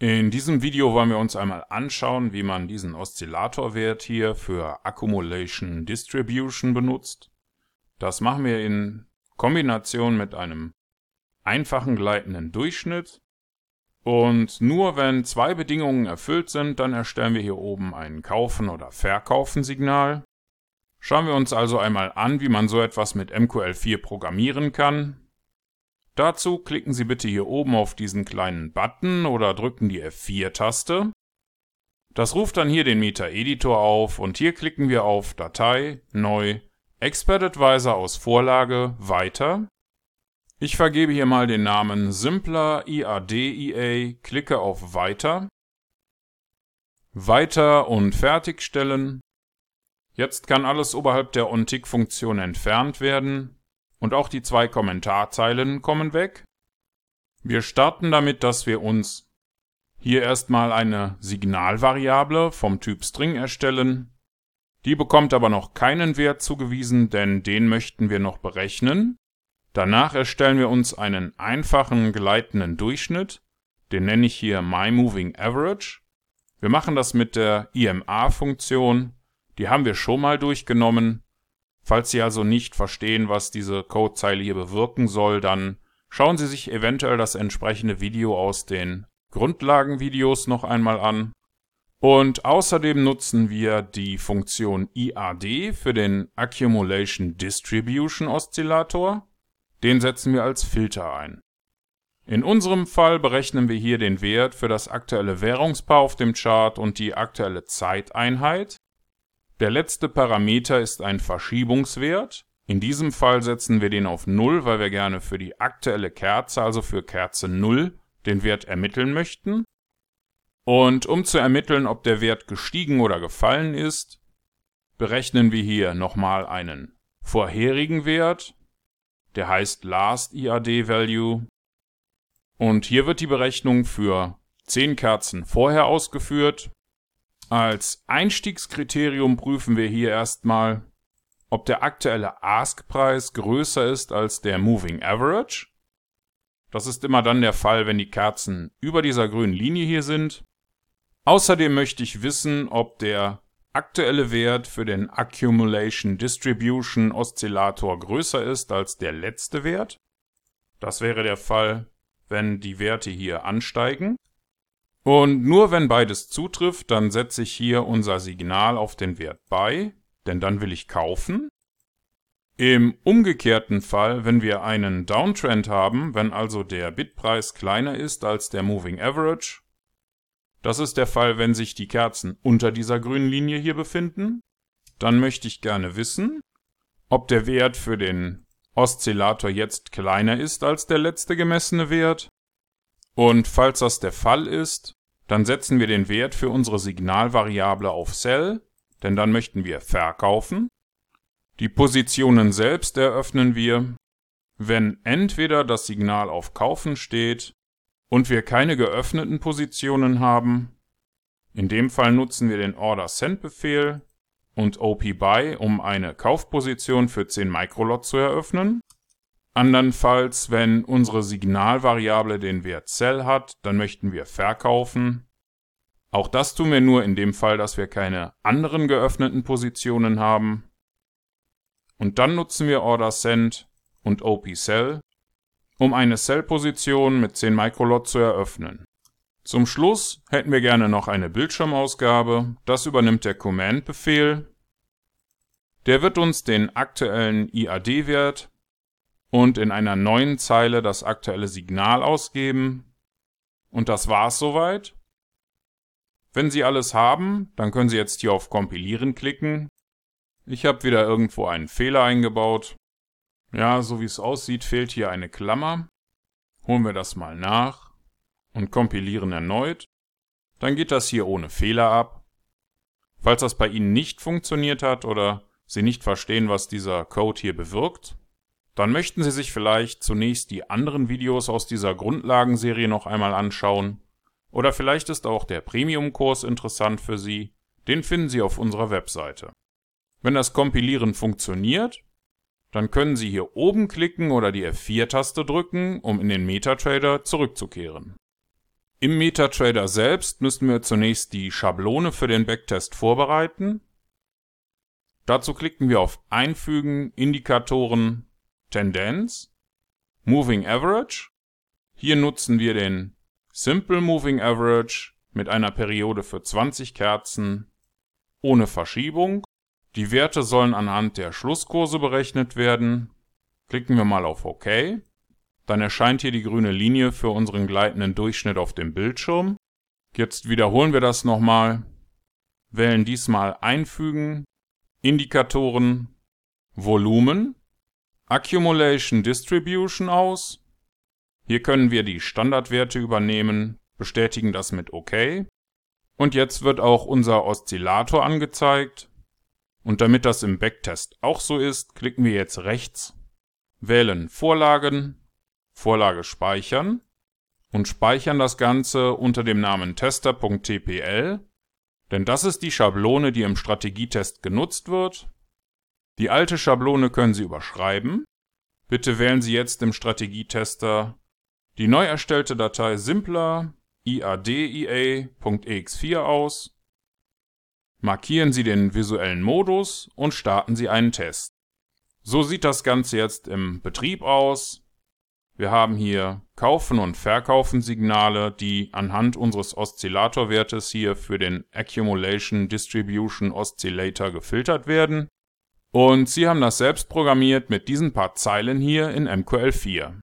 In diesem Video wollen wir uns einmal anschauen, wie man diesen Oszillatorwert hier für Accumulation Distribution benutzt. Das machen wir in Kombination mit einem einfachen gleitenden Durchschnitt. Und nur wenn zwei Bedingungen erfüllt sind, dann erstellen wir hier oben ein Kaufen- oder Verkaufen-Signal. Schauen wir uns also einmal an, wie man so etwas mit MQL4 programmieren kann. Dazu klicken Sie bitte hier oben auf diesen kleinen Button oder drücken die F4-Taste. Das ruft dann hier den Meta-Editor auf und hier klicken wir auf Datei, Neu, Expert Advisor aus Vorlage, Weiter. Ich vergebe hier mal den Namen Simpler IAD-EA, klicke auf Weiter. Weiter und Fertigstellen. Jetzt kann alles oberhalb der OnTick-Funktion entfernt werden. Und auch die zwei Kommentarzeilen kommen weg. Wir starten damit, dass wir uns hier erstmal eine Signalvariable vom Typ String erstellen. Die bekommt aber noch keinen Wert zugewiesen, denn den möchten wir noch berechnen. Danach erstellen wir uns einen einfachen gleitenden Durchschnitt. Den nenne ich hier MyMovingAverage. Wir machen das mit der IMA-Funktion. Die haben wir schon mal durchgenommen. Falls Sie also nicht verstehen, was diese Codezeile hier bewirken soll, dann schauen Sie sich eventuell das entsprechende Video aus den Grundlagenvideos noch einmal an. Und außerdem nutzen wir die Funktion IAD für den Accumulation Distribution Oszillator. Den setzen wir als Filter ein. In unserem Fall berechnen wir hier den Wert für das aktuelle Währungspaar auf dem Chart und die aktuelle Zeiteinheit. Der letzte Parameter ist ein Verschiebungswert. In diesem Fall setzen wir den auf 0, weil wir gerne für die aktuelle Kerze, also für Kerze 0, den Wert ermitteln möchten. Und um zu ermitteln, ob der Wert gestiegen oder gefallen ist, berechnen wir hier nochmal einen vorherigen Wert. Der heißt Last IAD Value. Und hier wird die Berechnung für 10 Kerzen vorher ausgeführt. Als Einstiegskriterium prüfen wir hier erstmal, ob der aktuelle Ask-Preis größer ist als der Moving Average. Das ist immer dann der Fall, wenn die Kerzen über dieser grünen Linie hier sind. Außerdem möchte ich wissen, ob der aktuelle Wert für den Accumulation Distribution Oszillator größer ist als der letzte Wert. Das wäre der Fall, wenn die Werte hier ansteigen. Und nur wenn beides zutrifft, dann setze ich hier unser Signal auf den Wert bei, denn dann will ich kaufen. Im umgekehrten Fall, wenn wir einen Downtrend haben, wenn also der Bitpreis kleiner ist als der Moving Average, das ist der Fall, wenn sich die Kerzen unter dieser grünen Linie hier befinden, dann möchte ich gerne wissen, ob der Wert für den Oszillator jetzt kleiner ist als der letzte gemessene Wert. Und falls das der Fall ist, dann setzen wir den Wert für unsere Signalvariable auf Sell, denn dann möchten wir verkaufen. Die Positionen selbst eröffnen wir, wenn entweder das Signal auf Kaufen steht und wir keine geöffneten Positionen haben. In dem Fall nutzen wir den Order-Send-Befehl und OP-Buy, um eine Kaufposition für 10 Microlot zu eröffnen. Andernfalls, wenn unsere Signalvariable den Wert Sell hat, dann möchten wir verkaufen. Auch das tun wir nur in dem Fall, dass wir keine anderen geöffneten Positionen haben. Und dann nutzen wir Order Send und OP Sell, um eine Sell-Position mit 10 Microlot zu eröffnen. Zum Schluss hätten wir gerne noch eine Bildschirmausgabe. Das übernimmt der Command-Befehl. Der wird uns den aktuellen IAD-Wert und in einer neuen Zeile das aktuelle Signal ausgeben. Und das war's soweit. Wenn Sie alles haben, dann können Sie jetzt hier auf Kompilieren klicken. Ich habe wieder irgendwo einen Fehler eingebaut. Ja, so wie es aussieht, fehlt hier eine Klammer. Holen wir das mal nach und kompilieren erneut. Dann geht das hier ohne Fehler ab. Falls das bei Ihnen nicht funktioniert hat oder Sie nicht verstehen, was dieser Code hier bewirkt, dann möchten Sie sich vielleicht zunächst die anderen Videos aus dieser Grundlagenserie noch einmal anschauen. Oder vielleicht ist auch der Premium-Kurs interessant für Sie. Den finden Sie auf unserer Webseite. Wenn das Kompilieren funktioniert, dann können Sie hier oben klicken oder die F4-Taste drücken, um in den MetaTrader zurückzukehren. Im MetaTrader selbst müssen wir zunächst die Schablone für den Backtest vorbereiten. Dazu klicken wir auf Einfügen, Indikatoren, Tendenz, Moving Average. Hier nutzen wir den Simple Moving Average mit einer Periode für 20 Kerzen ohne Verschiebung. Die Werte sollen anhand der Schlusskurse berechnet werden. Klicken wir mal auf OK. Dann erscheint hier die grüne Linie für unseren gleitenden Durchschnitt auf dem Bildschirm. Jetzt wiederholen wir das nochmal. Wählen diesmal Einfügen, Indikatoren, Volumen, Accumulation Distribution aus. Hier können wir die Standardwerte übernehmen, bestätigen das mit OK. Und jetzt wird auch unser Oszillator angezeigt. Und damit das im Backtest auch so ist, klicken wir jetzt rechts, wählen Vorlagen, Vorlage speichern und speichern das Ganze unter dem Namen tester.tpl, denn das ist die Schablone, die im Strategietest genutzt wird. Die alte Schablone können Sie überschreiben. Bitte wählen Sie jetzt im Strategietester die neu erstellte Datei simpler iadea.ex4 aus. Markieren Sie den visuellen Modus und starten Sie einen Test. So sieht das Ganze jetzt im Betrieb aus. Wir haben hier Kaufen und Verkaufen Signale, die anhand unseres Oszillatorwertes hier für den Accumulation Distribution Oscillator gefiltert werden. Und Sie haben das selbst programmiert mit diesen paar Zeilen hier in MQL4.